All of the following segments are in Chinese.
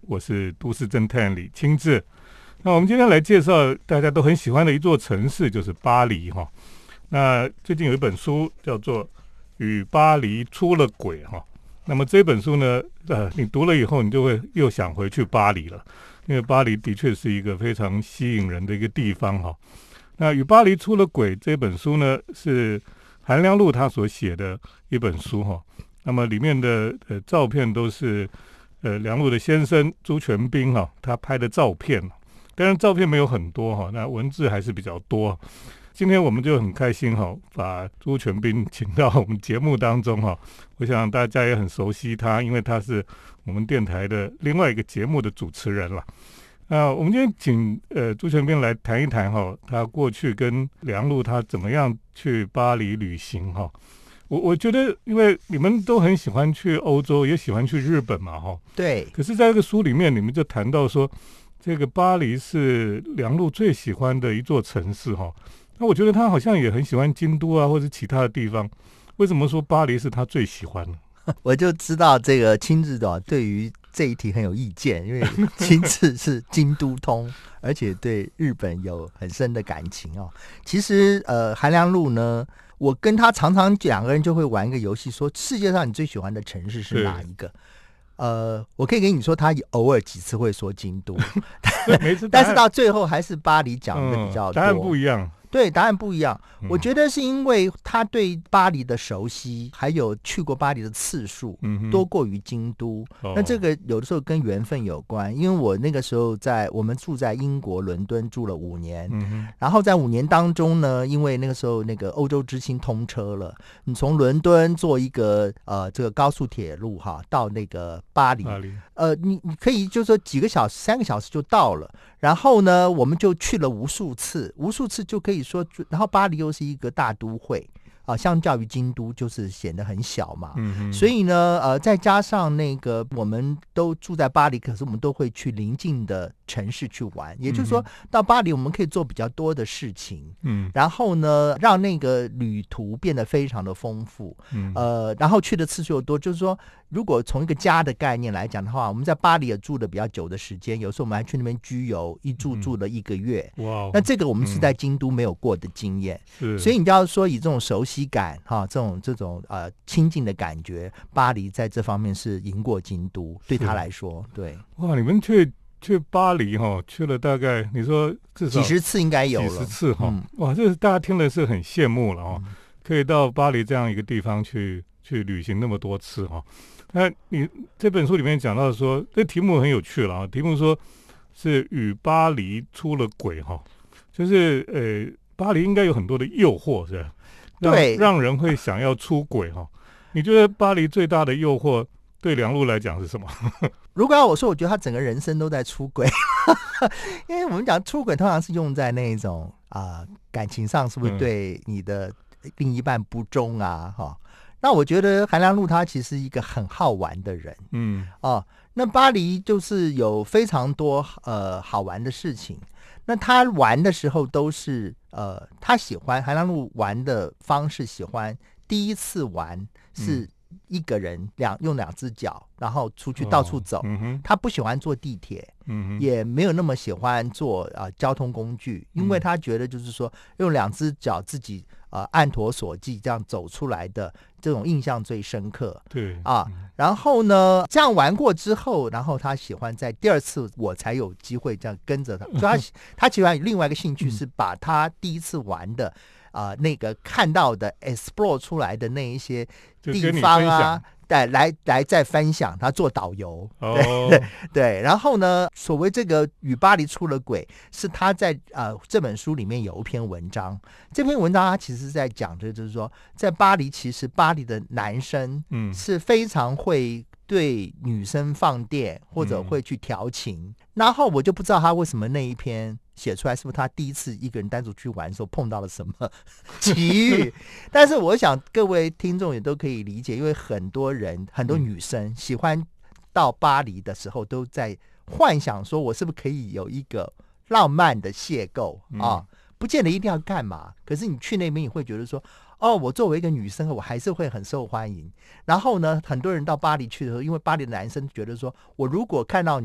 我是都市侦探李清志。那我们今天来介绍大家都很喜欢的一座城市，就是巴黎哈。那最近有一本书叫做《与巴黎出了轨》哈。那么这本书呢，你读了以后，你就会又想回去巴黎了，因为巴黎的确是一个非常吸引人的一个地方哈。那《与巴黎出了轨》这本书呢，是韩良露他所写的一本书哈。那么里面的照片都是良露的先生朱全斌哈，他拍的照片，当然照片没有很多哈，那文字还是比较多。今天我们就很开心哈，把朱全斌请到我们节目当中哈。我想大家也很熟悉他，因为他是我们电台的另外一个节目的主持人了。我们今天请朱全斌来谈一谈哈，他过去跟良露他怎么样去巴黎旅行哈。我觉得，因为你们都很喜欢去欧洲，也喜欢去日本嘛哈。 对。 可是在这个书里面，你们就谈到说，这个巴黎是良露最喜欢的一座城市哈。那我觉得他好像也很喜欢京都啊，或者其他的地方。为什么说巴黎是他最喜欢呢？ 我就知道这个清志的对于这一题很有意见，因为清志是京都通，而且对日本有很深的感情哦。其实韩良露呢，我跟他常常两个人就会玩一个游戏，说世界上你最喜欢的城市是哪一个？我可以跟你说，他偶尔几次会说京都，但是到最后还是巴黎讲的比较多。 答案不一样。 对，答案不一样。我觉得是因为他对巴黎的熟悉，还有去过巴黎的次数多过于京都。那这个有的时候跟缘分有关，因为我那个时候我们住在英国伦敦住了5年，然后在5年当中呢，因为那个时候那个欧洲之星通车了，你从伦敦坐一个这个高速铁路哈到那个巴黎，你可以就说几个小时3个小时就到了。然后呢，我们就去了无数次就可以说，然后巴黎又是一个大都会相较于京都就是显得很小嘛，所以呢，再加上那个我们都住在巴黎，可是我们都会去邻近的城市去玩，也就是说到巴黎我们可以做比较多的事情，然后呢，让那个旅途变得非常的丰富，然后去的次数又多，就是说，如果从一个家的概念来讲的话，我们在巴黎也住的比较久的时间，有时候我们还去那边居游，一住了1个月，那这个我们是在京都没有过的经验，所以你就要说以这种熟悉感这种亲近的感觉，巴黎在这方面是赢过京都，对他来说，对。 哇，你们去巴黎去了大概你说至少几十次应该有了， 几十次哇，这大家听了是很羡慕了可以到巴黎这样一个地方去旅行那么多次那你这本书里面讲到说，这题目很有趣了题目说是与巴黎出了轨就是巴黎应该有很多的诱惑是吧？ 对， 让人会想要出轨你觉得巴黎最大的诱惑对良露来讲是什么？ 如果要我说，我觉得他整个人生都在出轨因为我们讲出轨通常是用在那种感情上，是不是对你的另一半不忠那我觉得韩良露他其实是一个很好玩的人，那巴黎就是有非常多好玩的事情。那他玩的时候都是他喜欢韩良露玩的方式，喜欢第一次玩是一个人用2只脚然后出去到处走，他不喜欢坐地铁，也没有那么喜欢坐交通工具，因为他觉得就是说用2只脚自己按陀索骥这样走出来的这种印象最深刻。 对然后呢，这样玩过之后，然后他喜欢在第2次我才有机会这样跟着他，所以他喜欢另外一个兴趣是把他第一次玩的那个看到的 explore 出来的那一些地方来再分享，他做导游，对。然后呢，所谓这个与巴黎出了轨，是他在这本书里面有一篇文章，这篇文章他其实在讲的就是说，在巴黎其实巴黎的男生是非常会对女生放电或者会去调情，然后我就不知道他为什么那一篇写出来，是不是他第一次一个人单独去玩的时候碰到了什么奇遇但是我想各位听众也都可以理解，因为很多女生喜欢到巴黎的时候都在幻想说我是不是可以有一个浪漫的邂逅不见得一定要干嘛，可是你去那边你会觉得说我作为一个女生我还是会很受欢迎。然后呢，很多人到巴黎去的时候，因为巴黎的男生觉得说我如果看到你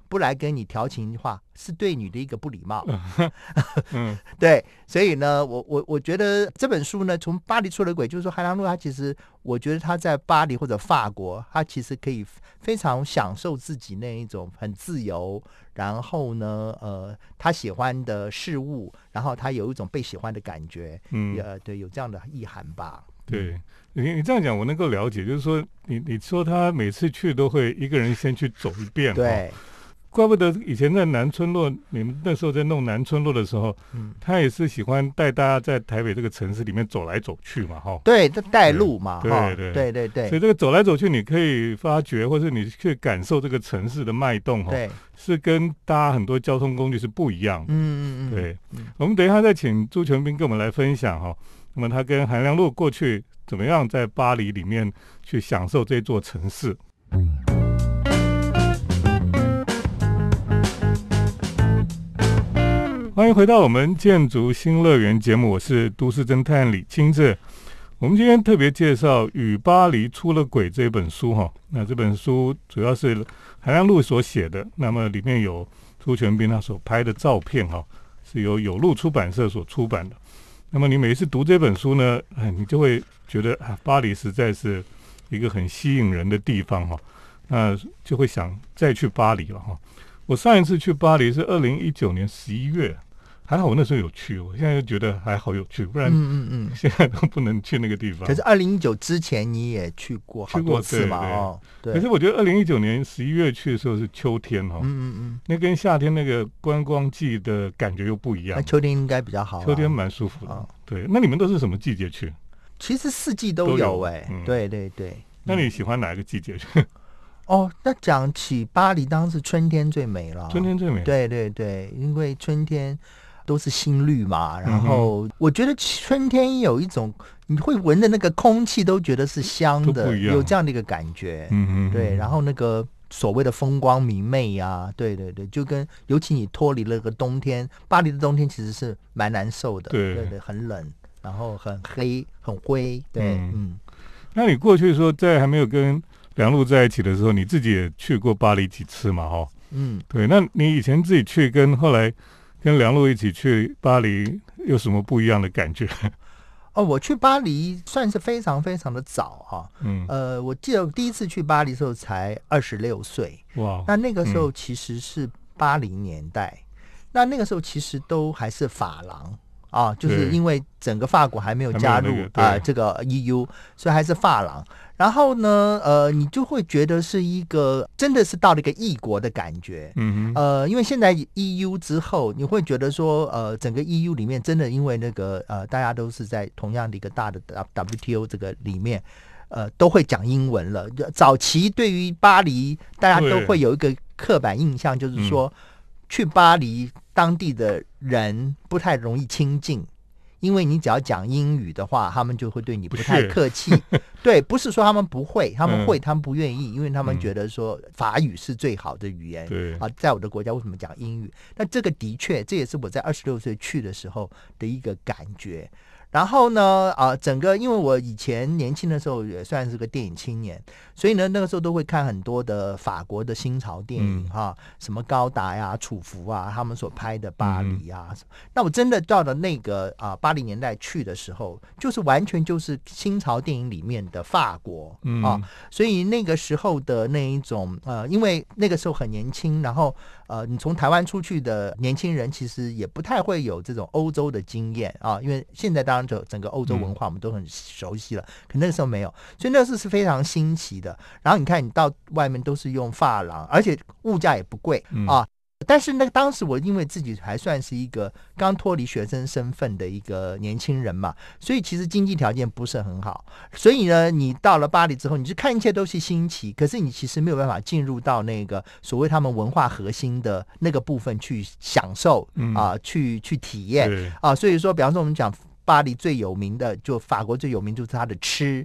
不来跟你调情的话，是对你的一个不礼貌。对，所以呢，我觉得这本书呢，从巴黎出了轨，就是说韩良露他其实，我觉得他在巴黎或者法国，他其实可以非常享受自己那一种很自由，然后呢，他喜欢的事物，然后他有一种被喜欢的感觉，对，有这样的意涵吧。 对，你这样讲我能够了解，就是说你说他每次去都会一个人先去走一遍， 对， 怪不得以前在南村落，你们那时候在弄南村落的时候，他也是喜欢带大家在台北这个城市里面走来走去嘛， 对，带路嘛， 对，所以这个走来走去，你可以发觉，或者你去感受这个城市的脉动， 对， 是跟搭很多交通工具是不一样的。对，我们等一下再请朱全斌跟我们来分享哈。那么他跟韩良露过去怎么样在巴黎里面去享受这座城市？欢迎回到我们建筑新乐园节目，我是都市侦探李清志。我们今天特别介绍《与巴黎出了轨》这本书哈。那这本书主要是韩良露所写的，那么里面有朱全斌他所拍的照片哈，是由有路出版社所出版的。那么你每一次读这本书呢，你就会觉得巴黎实在是一个很吸引人的地方哈，那就会想再去巴黎了哈。我上一次去巴黎是2019年11月，还好我那时候有去，我现在就觉得还好有去，不然现在都不能去那个地方。 可是2019之前你也去过好多次嘛？对。 可是我觉得2019年11月去的时候是秋天哈，那跟夏天那个观光季的感觉又不一样。 那秋天应该比较好， 秋天蛮舒服的。对，那你们都是什么季节去？ 其实四季都有对。 那你喜欢哪一个季节去？ 那讲起巴黎，当然是春天最美了。 春天最美， 对，因为春天都是新绿嘛，然后我觉得春天有一种你会闻的那个空气都觉得是香的，有这样的一个感觉。对，然后那个所谓的风光明媚啊，对，就跟尤其你脱离了个冬天，巴黎的冬天其实是蛮难受的，对，很冷，然后很黑很灰，对， 那你过去说在还没有跟良露在一起的时候，你自己也去过巴黎几次嘛？对，那你以前自己去跟后来跟良露一起去巴黎有什么不一样的感觉？ 我去巴黎算是非常非常的早哈。我记得第一次去巴黎的时候才26岁。哇！那个时候其实是80年代，那个时候其实都还是法郎就是因为整个法国还没有加入这个 EU， 所以还是法郎。然后呢，你就会觉得是一个真的是到了一个异国的感觉。因为现在 EU 之后，你会觉得说，整个 EU 里面真的因为那个大家都是在同样的一个大的 WTO 这个里面，都会讲英文了。早期对于巴黎，大家都会有一个刻板印象，就是说去巴黎当地的人不太容易亲近。因为你只要讲英语的话，他们就会对你不太客气。对，不是说他们不会，他们会，他们不愿意，因为他们觉得说法语是最好的语言。 对在我的国家为什么讲英语？那这个的确，这也是我在26岁去的时候的一个感觉。然后呢，整个因为我以前年轻的时候也算是个电影青年，所以呢，那个时候都会看很多的法国的新潮电影什么高达呀、楚服啊，他们所拍的巴黎啊。那我真的到了那个80年代去的时候，就是完全就是新潮电影里面的法国所以那个时候的那一种因为那个时候很年轻，然后你从台湾出去的年轻人其实也不太会有这种欧洲的经验因为现在当然整个欧洲文化我们都很熟悉了，可那个时候没有，所以那个是非常新奇的。然后你看你到外面都是用法郎，而且物价也不贵但是当时我因为自己还算是一个刚脱离学生身份的一个年轻人嘛，所以其实经济条件不是很好，所以呢你到了巴黎之后，你就看一切都是新奇，可是你其实没有办法进入到那个所谓他们文化核心的那个部分去享受去体验所以说比方说我们讲巴黎最有名的，就法国最有名就是它的吃，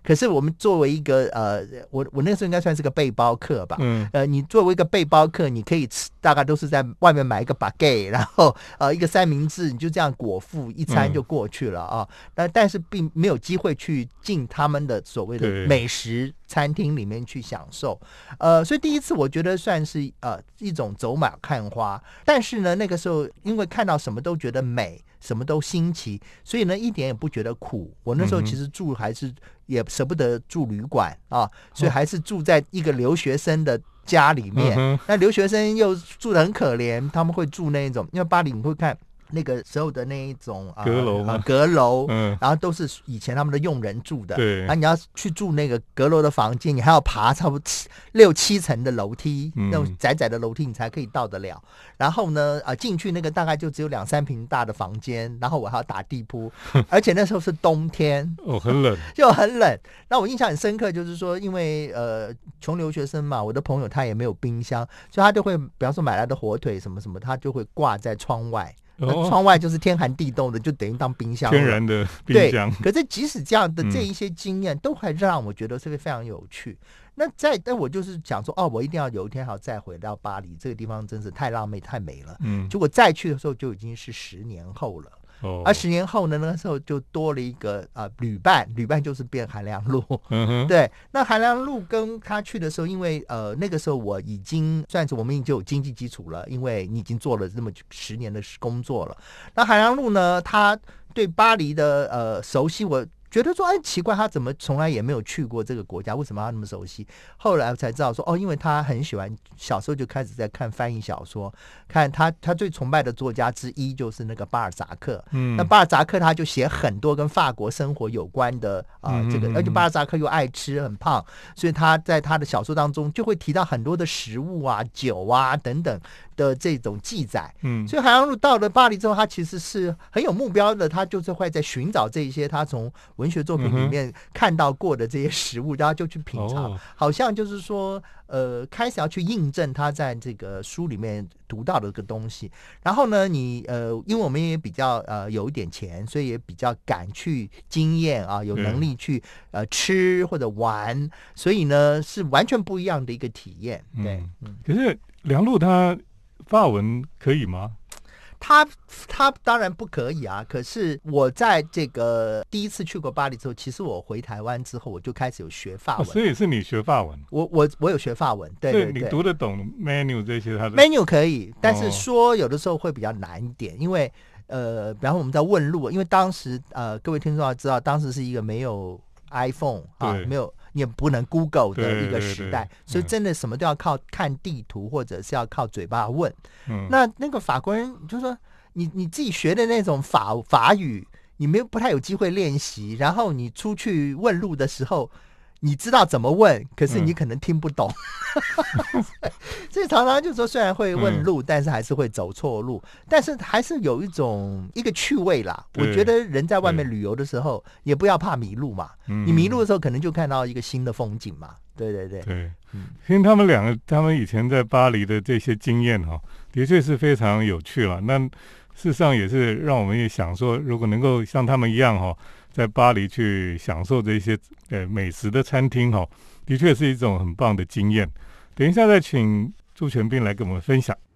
可是我们作为一个我那时候应该算是个背包客吧，你作为一个背包客，你可以吃，大概都是在外面买一个 baguette， 然后一个三明治，你就这样果腹一餐就过去了啊。但是并没有机会去进他们的所谓的美食餐厅里面去享受，所以第一次我觉得算是一种走马看花。但是呢，那个时候因为看到什么都觉得美，什么都新奇，所以呢一点也不觉得苦。我那时候其实住还是也舍不得住旅馆啊，所以还是住在一个留学生的家里面。那留学生又住得很可怜，他们会住那种，因为巴黎你会看那个时候的那一种阁楼，然后都是以前他们的佣人住的， 对， 然后你要去住那个阁楼的房间，你还要爬差不多6-7层的楼梯，那种窄窄的楼梯你才可以到得了。然后呢，进去那个大概就只有2-3平大的房间，然后我还要打地铺，而且那时候是冬天， 很冷， 就很冷。那我印象很深刻，就是说，因为穷留学生嘛，我的朋友他也没有冰箱，所以他就会，比方说买来的火腿什么什么，他就会挂在窗外。窗外就是天寒地冻的，就等于当冰箱了， 天然的冰箱。 可是即使这样的这一些经验，都还让我觉得是非常有趣。但我就是讲说，我一定要有一天还要再回到巴黎这个地方，真是太浪漫太美了。结果再去的时候就已经是10年后了。而10年后呢，那个时候就多了一个旅伴就是变韩良露。对，那韩良露跟他去的时候，因为那个时候我已经算是我们已经有经济基础了，因为你已经做了这么10年的工作了。那韩良露呢，他对巴黎的熟悉，我觉得说，奇怪，他怎么从来也没有去过这个国家？为什么他那么熟悉？后来才知道说，因为他很喜欢，小时候就开始在看翻译小说，看他最崇拜的作家之一就是那个巴尔扎克。那巴尔扎克他就写很多跟法国生活有关的这个，而且巴尔扎克又爱吃，很胖，所以他在他的小说当中就会提到很多的食物啊、酒啊等等的这种记载。所以韩良露到了巴黎之后，他其实是很有目标的，他就是会在寻找这一些他从文学作品里面看到过的这些食物，然后就去品尝，好像就是说开始要去印证他在这个书里面读到的这个东西。然后呢，因为我们也比较有一点钱，所以也比较敢去经验啊，有能力去吃或者玩，所以呢是完全不一样的一个体验。对， 可是良露他法文可以吗？ 他当然不可以啊，可是我在这个第一次去过巴黎之后，其实我回台湾之后，我就开始有学法文。 所以是你学法文？ 我有学法文，对， 你读得懂 menu 这些？他的 menu 可以，但是说有的时候会比较难一点，因为比方说我们在问路，因为当时各位听众要知道，当时是一个没有 iPhone 没有。你也不能 Google 的一个时代，所以真的什么都要靠看地图，或者是要靠嘴巴问。那个法国人就说，你自己学的那种法语，你不太有机会练习，然后你出去问路的时候，你知道怎么问，可是你可能听不懂。所以常常就说，虽然会问路，但是还是会走错路，但是还是有一个趣味啦。我觉得人在外面旅游的时候，也不要怕迷路嘛。你迷路的时候，可能就看到一个新的风景嘛。对， 因为他们以前在巴黎的这些经验的确是非常有趣了。那事实上也是让我们也想说，如果能够像他们一样在巴黎去享受这些美食的餐厅的确是一种很棒的经验。等一下再请朱全斌来跟我们分享。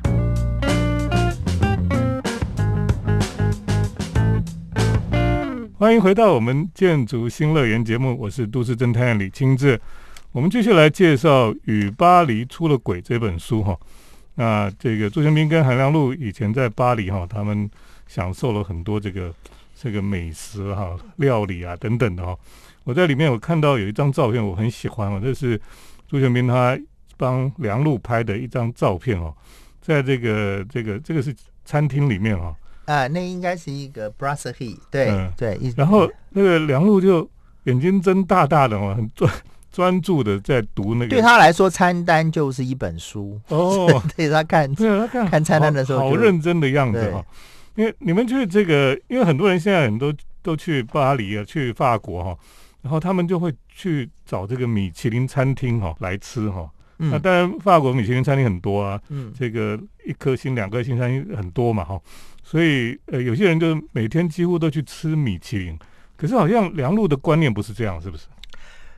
欢迎回到我们建筑新乐园节目，我是都市侦探李清志。我们继续来介绍《与巴黎出了轨》这本书那这个朱全斌跟韩良露以前在巴黎他们享受了很多这个美食料理啊等等的我在里面有看到有一张照片我很喜欢这是朱全斌他帮良露拍的一张照片在这个是餐厅里面那应该是一个 brasserie， 对， 然后那个良露就眼睛睁大大的很专注的在读那个， 对他来说餐单就是一本书对他看餐单的时候好认真的样子因为你们去这个，因为很多人现在都去巴黎啊，去法国然后他们就会去找这个米其林餐厅来吃那当然法国米其林餐厅很多啊，这个1颗星2颗星餐厅很多嘛所以有些人就每天几乎都去吃米其林。可是好像良露的观念不是这样，是不是？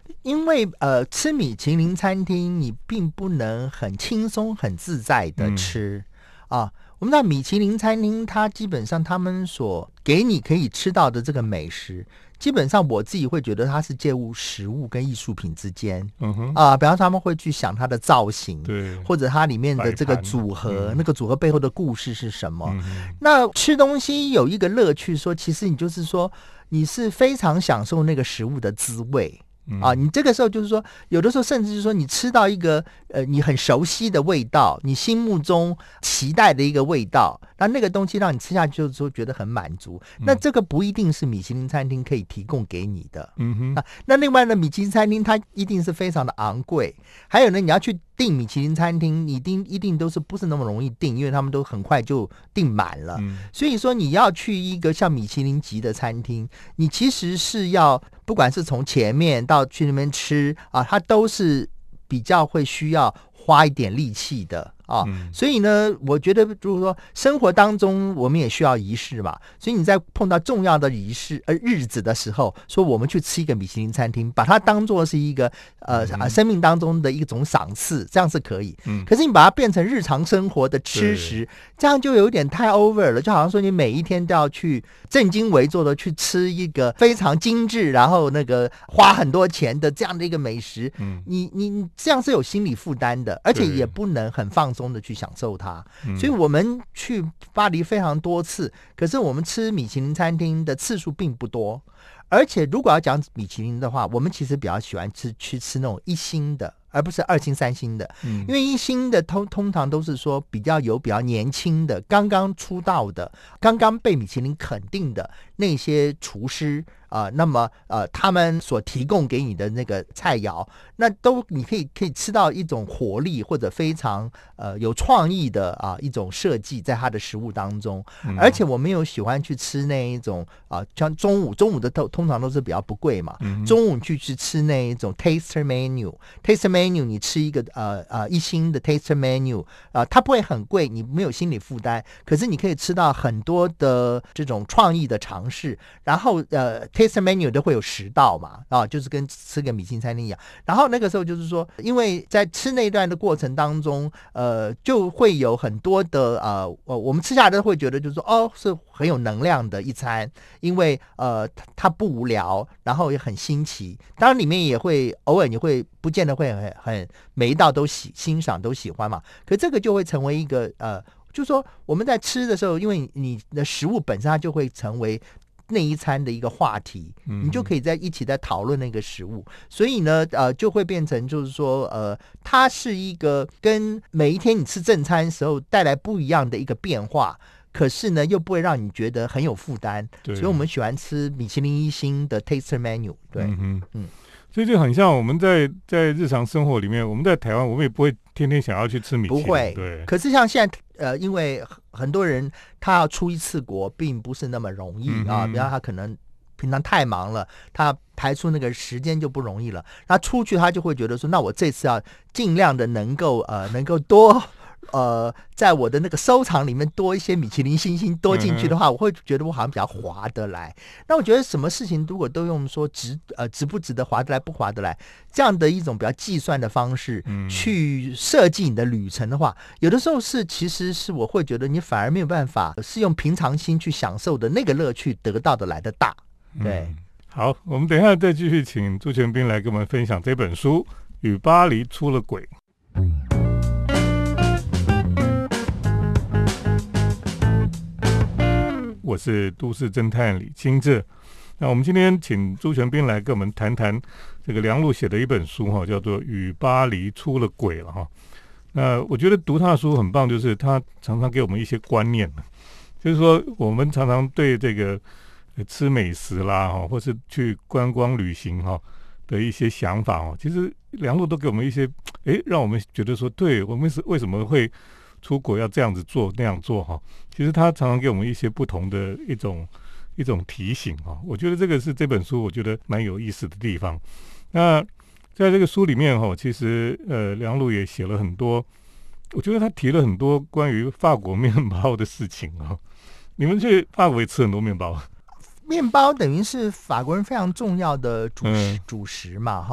因为吃米其林餐厅你并不能很轻松很自在的吃啊。我们知道米其林餐厅它基本上他们所给你可以吃到的这个美食，基本上我自己会觉得它是介乎食物跟艺术品之间。比方说他们会去想它的造型， 对， 或者它里面的这个组合，那个组合背后的故事是什么。那吃东西有一个乐趣说，其实你就是说你是非常享受那个食物的滋味。你这个时候就是说，有的时候甚至就是说，你吃到一个你很熟悉的味道，你心目中期待的一个味道，那个东西让你吃下去就是说觉得很满足。那这个不一定是米其林餐厅可以提供给你的。那另外呢，米其林餐厅它一定是非常的昂贵，还有呢，你要去订米其林餐厅，你一定都是不是那么容易订，因为他们都很快就订满了。所以说你要去一个像米其林级的餐厅，你其实是要不管是从前面到去那边吃它都是比较会需要花一点力气的。所以呢，我觉得就是说，生活当中我们也需要仪式嘛。所以你在碰到重要的仪式日子的时候，说我们去吃一个米其林餐厅，把它当作是一个生命当中的一种赏赐，这样是可以。可是你把它变成日常生活的吃食，这样就有点太 over 了。就好像说你每一天都要去正襟危坐的去吃一个非常精致，然后那个花很多钱的这样的一个美食，你这样是有心理负担的，而且也不能很放松的去享受它。所以我们去巴黎非常多次，可是我们吃米其林餐厅的次数并不多。而且如果要讲米其林的话，我们其实比较喜欢去吃那种1星的，而不是2星3星的。因为1星的通常都是说比较年轻的，刚刚出道的，刚刚被米其林肯定的那些厨师那么他们所提供给你的那个菜肴，那都你可以吃到一种活力或者非常有创意的一种设计在它的食物当中。而且我们有喜欢去吃那一种像中午的通常都是比较不贵嘛，中午去吃那一种 taster menu 你吃一个1星的 taster menu 它不会很贵，你没有心理负担，可是你可以吃到很多的这种创意的尝试。然后taster menu 都会有10道嘛，就是跟吃个米其林餐厅一样。然后那个时候就是说，因为在吃那一段的过程当中就会有很多的我们吃下来都会觉得就是说是很有能量的一餐，因为它不无聊，然后也很新奇。当然里面也会偶尔你会不见得会很每一道都欣赏都喜欢嘛，可这个就会成为一个就是说我们在吃的时候，因为你的食物本身它就会成为那一餐的一个话题，你就可以一起在讨论那个食物。所以呢就会变成就是说它是一个跟每一天你吃正餐的时候带来不一样的一个变化，可是呢又不会让你觉得很有负担。所以我们喜欢吃米其林1星的 taster menu。 对， 所以就很像我们在日常生活里面，我们在台湾我们也不会天天想要去吃米其林， 不会。 对。 可是像现在因为很多人他要出一次国并不是那么容易比方他可能平常太忙了，他排出那个时间就不容易了，他出去他就会觉得说，那我这次要尽量的能够多在我的那个收藏里面多一些米其林星星多进去的话，我会觉得我好像比较划得来。那我觉得什么事情如果都用说值不值得，划得来不划得来这样的一种比较计算的方式去设计你的旅程的话，有的时候其实是我会觉得你反而没有办法是用平常心去享受的那个乐趣得到的来的大。对， 好，我们等一下再继续请朱全斌来跟我们分享这本书《与巴黎出了轨》。我是都市侦探李清志。那我们今天请朱全斌来跟我们谈谈这个梁璐写的一本书叫做《与巴黎出了轨》了那我觉得读他的书很棒，就是他常常给我们一些观念，就是说我们常常对这个吃美食啦或是去观光旅行的一些想法其实梁璐都给我们一些让我们觉得说，对，我们为什么会出国要这样子做那样做其实他常常给我们一些不同的一种提醒我觉得这个是这本书我觉得蛮有意思的地方。那在这个书里面其实梁璐也写了很多，我觉得他提了很多关于法国面包的事情你们去法国也吃很多面包等于是法国人非常重要的主食嘛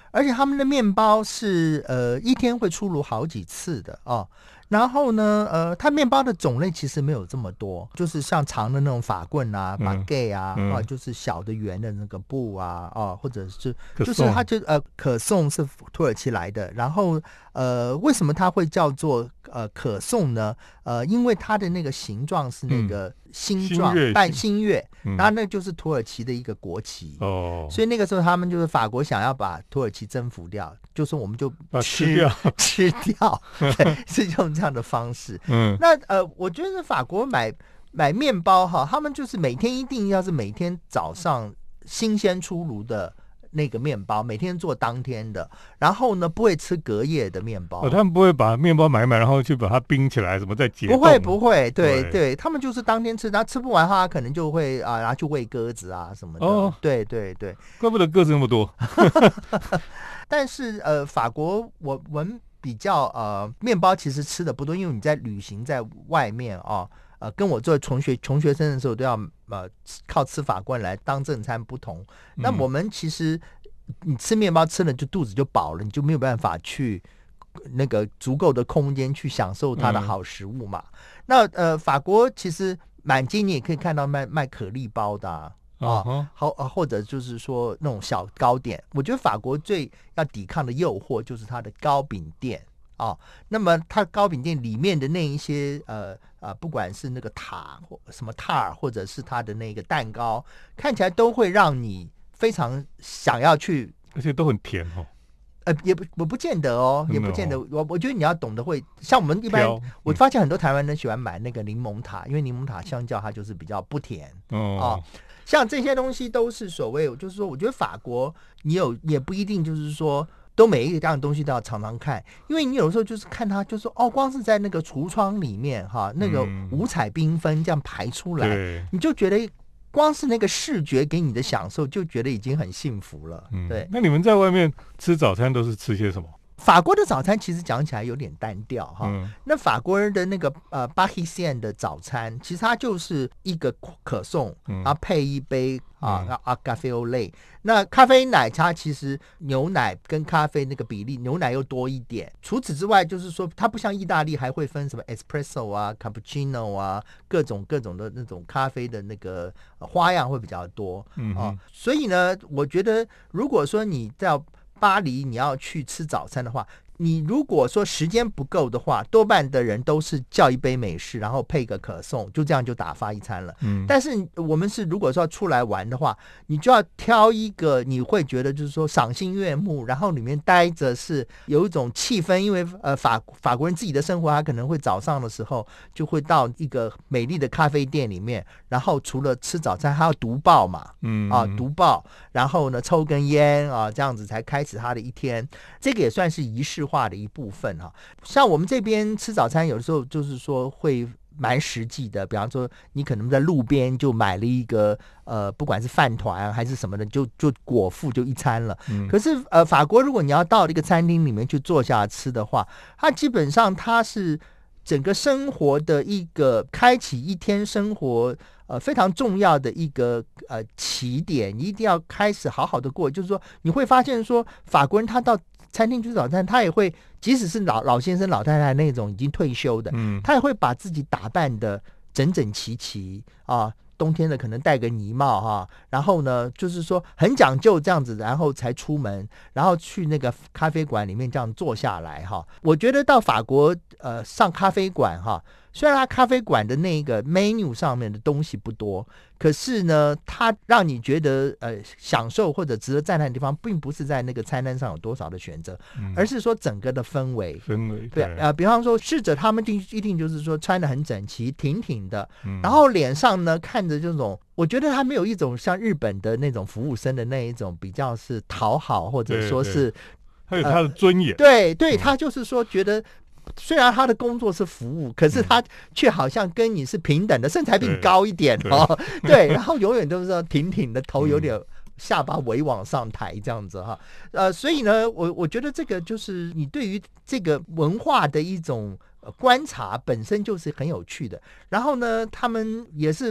而且他们的面包是一天会出炉好几次的哦。然后呢，它面包的种类其实没有这么多，就是像长的那种法棍啊、baguette 啊，就是小的圆的那个布啊，或者是就是它就可颂是土耳其来的。然后为什么它会叫做可颂呢？因为它的那个形状是那个星状，半星月，然后那就是土耳其的一个国旗哦。所以那个时候他们就是法国想要把土耳其征服掉，就说我们就吃掉，对，是用这样的方式。那我觉得法国买面包哈，他们就是每天一定要是每天早上新鲜出炉的那个面包，每天做当天的，然后呢不会吃隔夜的面包。 他们不会把面包买然后去把它冰起来，什么再解冻？ 不会，对，他们就是当天吃，然后吃不完的话，可能就会拿去喂鸽子啊什么的。哦，对， 怪不得鸽子那么多。 但是法国我们比较面包其实吃的不多，因为你在旅行在外面跟我做穷学生的时候都要靠吃法棍来当正餐不同。那我们其实你吃面包吃了就肚子就饱了，你就没有办法去那个足够的空间去享受它的好食物嘛。那法国其实满街你也可以看到卖可丽包的或者就是说那种小糕点。我觉得法国最要抵抗的诱惑就是它的糕饼店那么它糕饼店里面的那一些不管是那个塔或什么塔尔，或者是它的那个蛋糕，看起来都会让你非常想要去， 而且都很甜也不见得也不见得。我觉得你要懂得会，像我们一般，我发现很多台湾人喜欢买那个柠檬塔，因为柠檬塔相较它就是比较不甜像这些东西都是所谓，就是说，我觉得法国也不一定就是说都每一个这样的东西都要常常看，因为你有时候就是看它，就是光是在那个橱窗里面那个五彩缤纷这样排出来，你就觉得光是那个视觉给你的享受，就觉得已经很幸福了。对。 那你们在外面吃早餐都是吃些什么？ 法国的早餐其实讲起来有点单调那法国人的那个巴希线的早餐，其实它就是一个可颂然后配一杯咖啡欧蕾。那咖啡奶茶其实牛奶跟咖啡那个比例，牛奶又多一点。除此之外，就是说它不像意大利还会分什么 espresso 啊、cappuccino 各种的那种咖啡的那个花样会比较多所以呢，我觉得如果说你在巴黎你要去吃早餐的话，你如果说时间不够的话，多半的人都是叫一杯美式，然后配个可颂，就这样就打发一餐了。但是我们是如果说出来玩的话，你就要挑一个你会觉得就是说赏心悦目，然后里面待着是有一种气氛，因为法国人自己的生活，他可能会早上的时候就会到一个美丽的咖啡店里面，然后除了吃早餐，还要读报嘛，读报，然后呢抽根烟这样子才开始他的一天。这个也算是仪式化的一部分像我们这边吃早餐有的时候就是说会蛮实际的，比方说你可能在路边就买了一个不管是饭团还是什么的，就果腹就一餐了可是法国如果你要到一个餐厅里面去坐下吃的话，它基本上它是整个生活的一个开启一天生活非常重要的一个起点，你一定要开始好好的过。就是说你会发现说法国人他到餐厅吃早餐，他也会即使是老先生老太太那种已经退休的他也会把自己打扮的整整齐齐冬天的可能戴个呢帽然后呢就是说很讲究这样子，然后才出门，然后去那个咖啡馆里面这样坐下来我觉得到法国上咖啡馆虽然它咖啡馆的那个 menu 上面的东西不多，可是呢它让你觉得享受或者值得赞叹的地方，并不是在那个餐单上有多少的选择而是说整个的氛围对比方说侍者他们一定就是说穿得很整齐挺挺的然后脸上呢看着这种，我觉得他没有一种像日本的那种服务生的那一种比较是讨好，或者说是他有他的尊严对他就是说觉得虽然他的工作是服务，可是他却好像跟你是平等的，身材比你高一点对，然后永远都是挺挺的，头有点下巴微往上抬这样子所以呢我觉得这个就是你对于这个文化的一种观察本身就是很有趣的。然后呢他们也是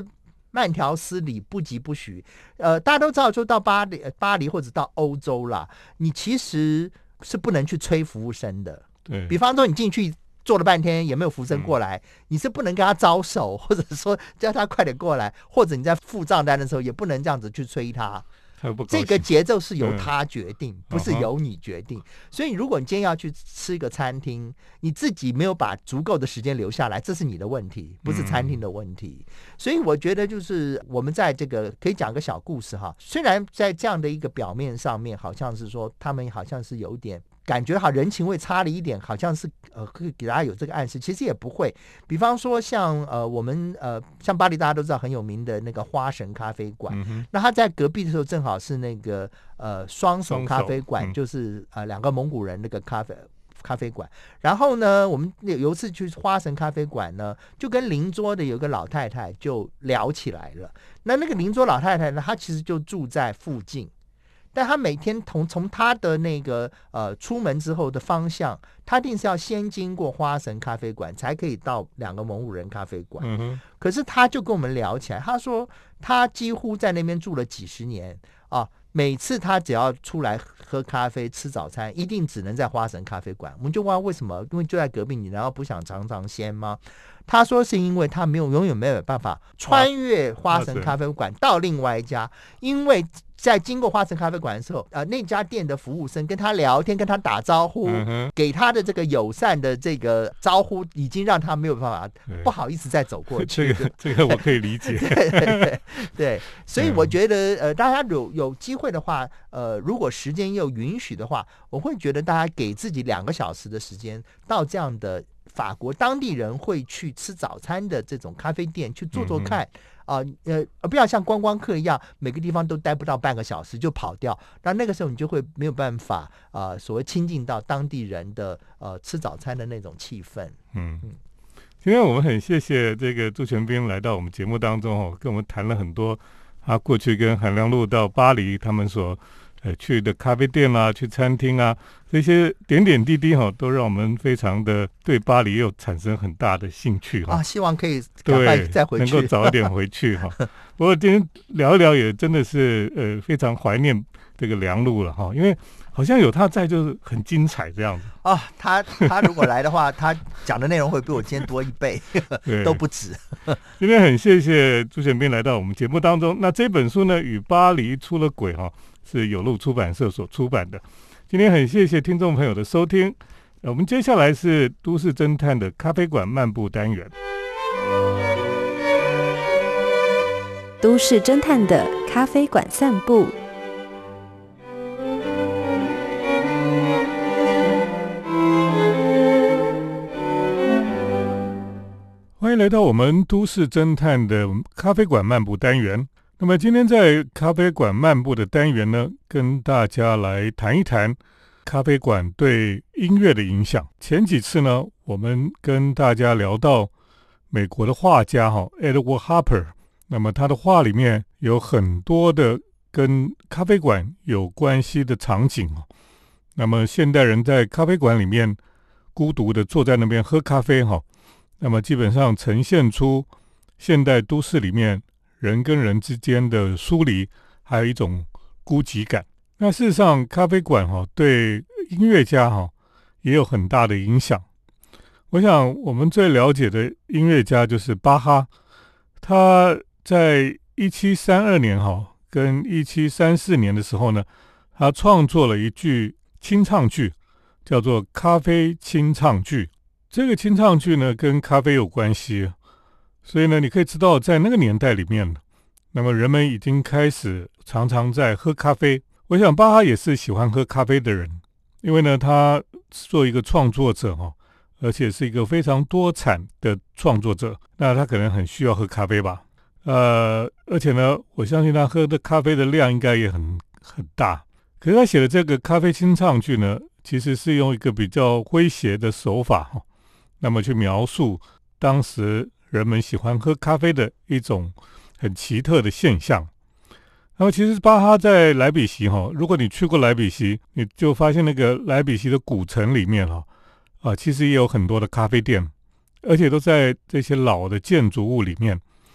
慢条斯理，不疾不徐。大家都知道，就到巴黎或者到欧洲啦，你其实是不能去催服务生的。 对， 比方说你进去做了半天也没有服务生过来，你是不能跟他招手，或者说叫他快点过来，或者你在付账单的时候也不能这样子去催他。这个节奏是由他决定，不是由你决定。所以如果你今天要去吃一个餐厅，你自己没有把足够的时间留下来，这是你的问题，不是餐厅的问题。所以我觉得就是我们在这个可以讲个小故事哈，虽然在这样的一个表面上面好像是说他们好像是有点感觉好人情味差了一点，好像是会给大家有这个暗示，其实也不会。比方说像我们像巴黎大家都知道很有名的那个花神咖啡馆，那他在隔壁的时候正好是那个双手咖啡馆，就是两个蒙古人那个咖啡馆。然后呢，我们有一次去花神咖啡馆呢，就跟邻桌的有个老太太就聊起来了。那个邻桌老太太呢，她其实就住在附近。但他每天从他的那个出门之后的方向，他一定是要先经过花神咖啡馆，才可以到两个蒙古人咖啡馆。可是他就跟我们聊起来，他说他几乎在那边住了几十年啊，每次他只要出来喝咖啡吃早餐，一定只能在花神咖啡馆。我们就问他为什么，因为就在隔壁，你难道不想尝尝鲜吗？他说是因为他永远没有办法穿越花神咖啡馆到另外一家，因为在经过花神咖啡馆的时候，那家店的服务生跟他聊天，跟他打招呼，给他的这个友善的这个招呼，已经让他没有办法不好意思再走过去。 这个我可以理解。 对，所以我觉得大家有机会的话，如果时间又允许的话，我会觉得大家给自己2个小时的时间到这样的法国当地人会去吃早餐的这种咖啡店去做做看。不要像观光客一样每个地方都待不到半个小时就跑掉，那个时候你就会没有办法所谓亲近到当地人的吃早餐的那种气氛。 今天我们很谢谢这个朱全斌来到我们节目当中跟我们谈了很多他过去跟韩良露到巴黎他们所去的咖啡店啊，去餐厅啊，这些点点滴滴都让我们非常的对巴黎又产生很大的兴趣希望可以赶快再回去， 能够早一点回去不过今天聊一聊也真的是非常怀念这个良露了因为好像有他在就是很精彩这样子他如果来的话，他讲的内容会比我今天多1倍都不止。 今天很谢谢朱显斌来到我们节目当中。那这本书呢，与巴黎出了轨是有路出版社所出版的。今天很谢谢听众朋友的收听。我们接下来是都市侦探的咖啡馆漫步单元。 都市侦探的咖啡馆散步。 欢迎来到我们都市侦探的咖啡馆漫步单元。那么今天在咖啡馆漫步的单元呢，跟大家来谈一谈咖啡馆对音乐的影响。前几次呢，我们跟大家聊到美国的画家Edward Hopper， 那么他的画里面有很多的跟咖啡馆有关系的场景那么现代人在咖啡馆里面孤独的坐在那边喝咖啡那么基本上呈现出现代都市里面人跟人之间的疏离，还有一种孤寂感。那事实上咖啡馆对音乐家也有很大的影响。我想我们最了解的音乐家就是巴哈，他在1732年跟1734年的时候呢，他创作了一句清唱剧，叫做咖啡清唱剧。这个清唱剧呢跟咖啡有关系，所以呢你可以知道在那个年代里面，那么人们已经开始常常在喝咖啡。我想巴哈也是喜欢喝咖啡的人，因为呢他做一个创作者而且是一个非常多产的创作者，那他可能很需要喝咖啡吧。而且呢我相信他喝的咖啡的量应该也很大。可是他写的这个咖啡清唱剧呢，其实是用一个比较诙谐的手法那么去描述当时人们喜欢喝咖啡的一种很奇特的现象。那么其实巴哈在莱比锡如果你去过莱比锡，你就发现那个莱比锡的古城里面其实也有很多的咖啡店，而且都在这些老的建筑物里面。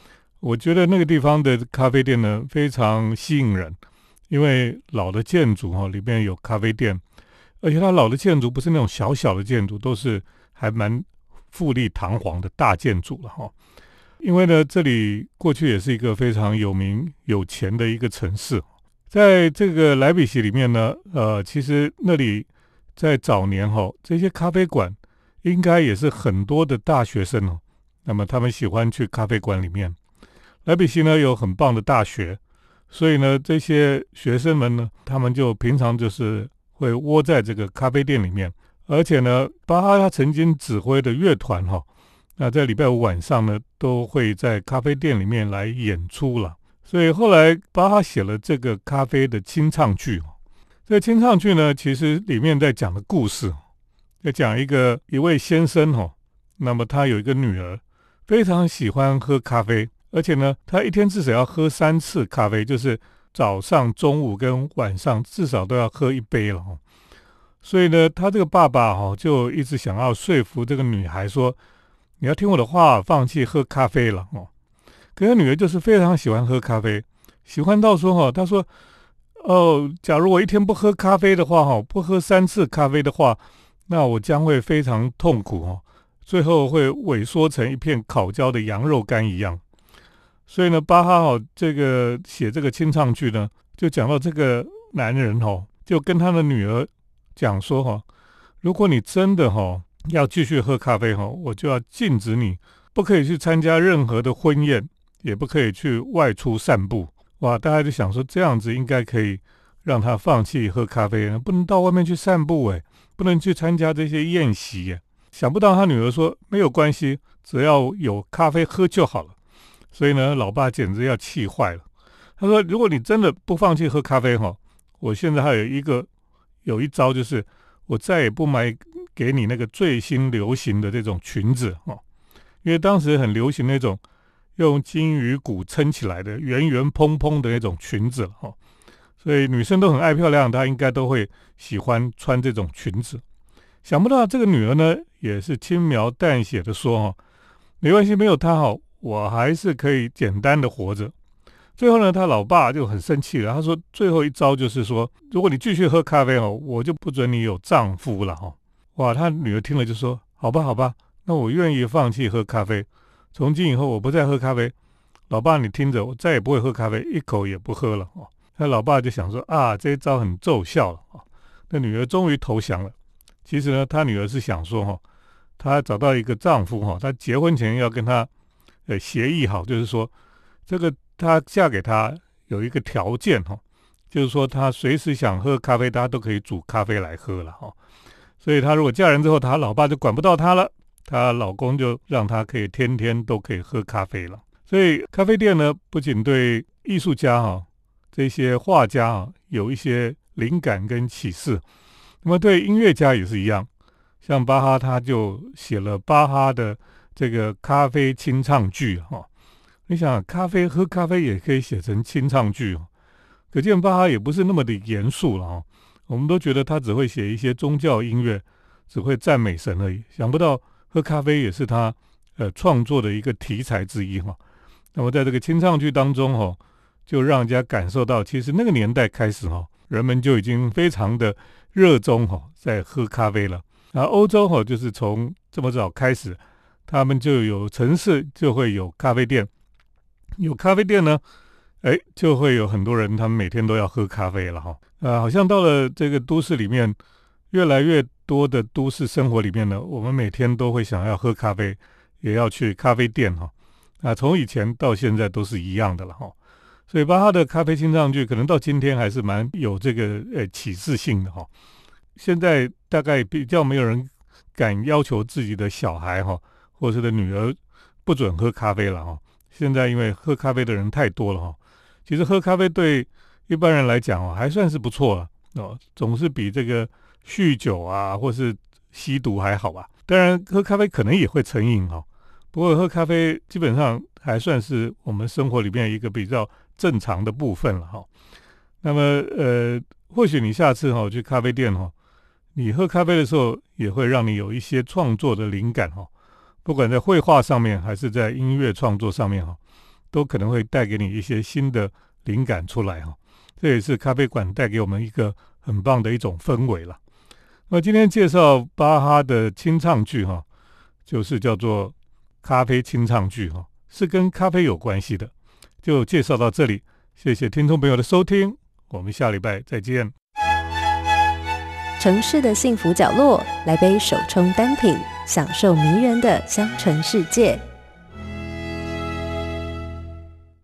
我觉得那个地方的咖啡店呢非常吸引人，因为老的建筑里面有咖啡店，而且它老的建筑不是那种小小的建筑，都是还蛮富丽堂皇的大建筑了因为呢，这里过去也是一个非常有名有钱的一个城市。在这个莱比锡里面呢，其实那里在早年这些咖啡馆应该也是很多的大学生那么他们喜欢去咖啡馆里面。莱比锡呢有很棒的大学，所以呢这些学生们呢，他们就平常就是会窝在这个咖啡店里面，而且呢，巴哈他曾经指挥的乐团那在礼拜五晚上呢，都会在咖啡店里面来演出了。所以后来巴哈写了这个咖啡的清唱剧。这个清唱剧呢，其实里面在讲的故事，在讲一位先生那么他有一个女儿，非常喜欢喝咖啡，而且呢，他一天至少要喝3次咖啡，就是早上、中午跟晚上至少都要喝1杯了所以呢，他这个爸爸就一直想要说服这个女孩说，你要听我的话，放弃喝咖啡了可是女儿就是非常喜欢喝咖啡，喜欢到说她说假如我一天不喝咖啡的话不喝3次咖啡的话，那我将会非常痛苦最后会萎缩成一片烤焦的羊肉干一样。所以呢，巴哈这个写这个清唱剧呢，就讲到这个男人就跟他的女儿讲说如果你真的要继续喝咖啡我就要禁止你，不可以去参加任何的婚宴，也不可以去外出散步。哇，大家就想说这样子应该可以让他放弃喝咖啡，不能到外面去散步不能去参加这些宴席想不到他女儿说没有关系，只要有咖啡喝就好了。所以呢，老爸简直要气坏了。他说如果你真的不放弃喝咖啡我现在还有一招，就是我再也不买给你那个最新流行的这种裙子因为当时很流行那种用金鱼骨撑起来的圆圆蓬蓬的那种裙子所以女生都很爱漂亮，她应该都会喜欢穿这种裙子。想不到这个女儿呢，也是轻描淡写的说没关系，没有她我还是可以简单的活着。最后呢，他老爸就很生气了，他说最后一招就是说，如果你继续喝咖啡我就不准你有丈夫了哇，他女儿听了就说好吧好吧，那我愿意放弃喝咖啡，从今以后我不再喝咖啡。老爸你听着，我再也不会喝咖啡，一口也不喝了他老爸就想说这一招很奏效了那女儿终于投降了。其实呢，他女儿是想说她找到一个丈夫她结婚前要跟他协议好，就是说这个她嫁给他有一个条件就是说她随时想喝咖啡，大家都可以煮咖啡来喝了所以她如果嫁人之后，她老爸就管不到她了，她老公就让她可以天天都可以喝咖啡了。所以咖啡店呢，不仅对艺术家这些画家有一些灵感跟启示，那么对音乐家也是一样。像巴哈他就写了巴哈的这个咖啡清唱剧你想喝咖啡也可以写成清唱剧可见巴哈也不是那么的严肃了我们都觉得他只会写一些宗教音乐，只会赞美神而已，想不到喝咖啡也是他创作的一个题材之一那么在这个清唱剧当中就让人家感受到，其实那个年代开始人们就已经非常的热衷在喝咖啡了。然后欧洲就是从这么早开始，他们就有城市就会有咖啡店，有咖啡店呢就会有很多人他们每天都要喝咖啡了好像到了这个都市里面，越来越多的都市生活里面呢，我们每天都会想要喝咖啡，也要去咖啡店从以前到现在都是一样的了所以巴哈的咖啡清唱剧可能到今天还是蛮有这个启示性的现在大概比较没有人敢要求自己的小孩或者是的女儿不准喝咖啡了现在因为喝咖啡的人太多了其实喝咖啡对一般人来讲还算是不错了总是比这个酗酒或是吸毒还好吧。当然喝咖啡可能也会成瘾不过喝咖啡基本上还算是我们生活里面一个比较正常的部分了那么或许你下次去咖啡店你喝咖啡的时候也会让你有一些创作的灵感不管在绘画上面还是在音乐创作上面都可能会带给你一些新的灵感出来哈。这也是咖啡馆带给我们一个很棒的一种氛围了。那今天介绍巴哈的清唱剧哈，就是叫做咖啡清唱剧哈，是跟咖啡有关系的。就介绍到这里，谢谢听众朋友的收听，我们下礼拜再见。 城市的幸福角落，来杯手冲单品，享受迷人的香醇世界。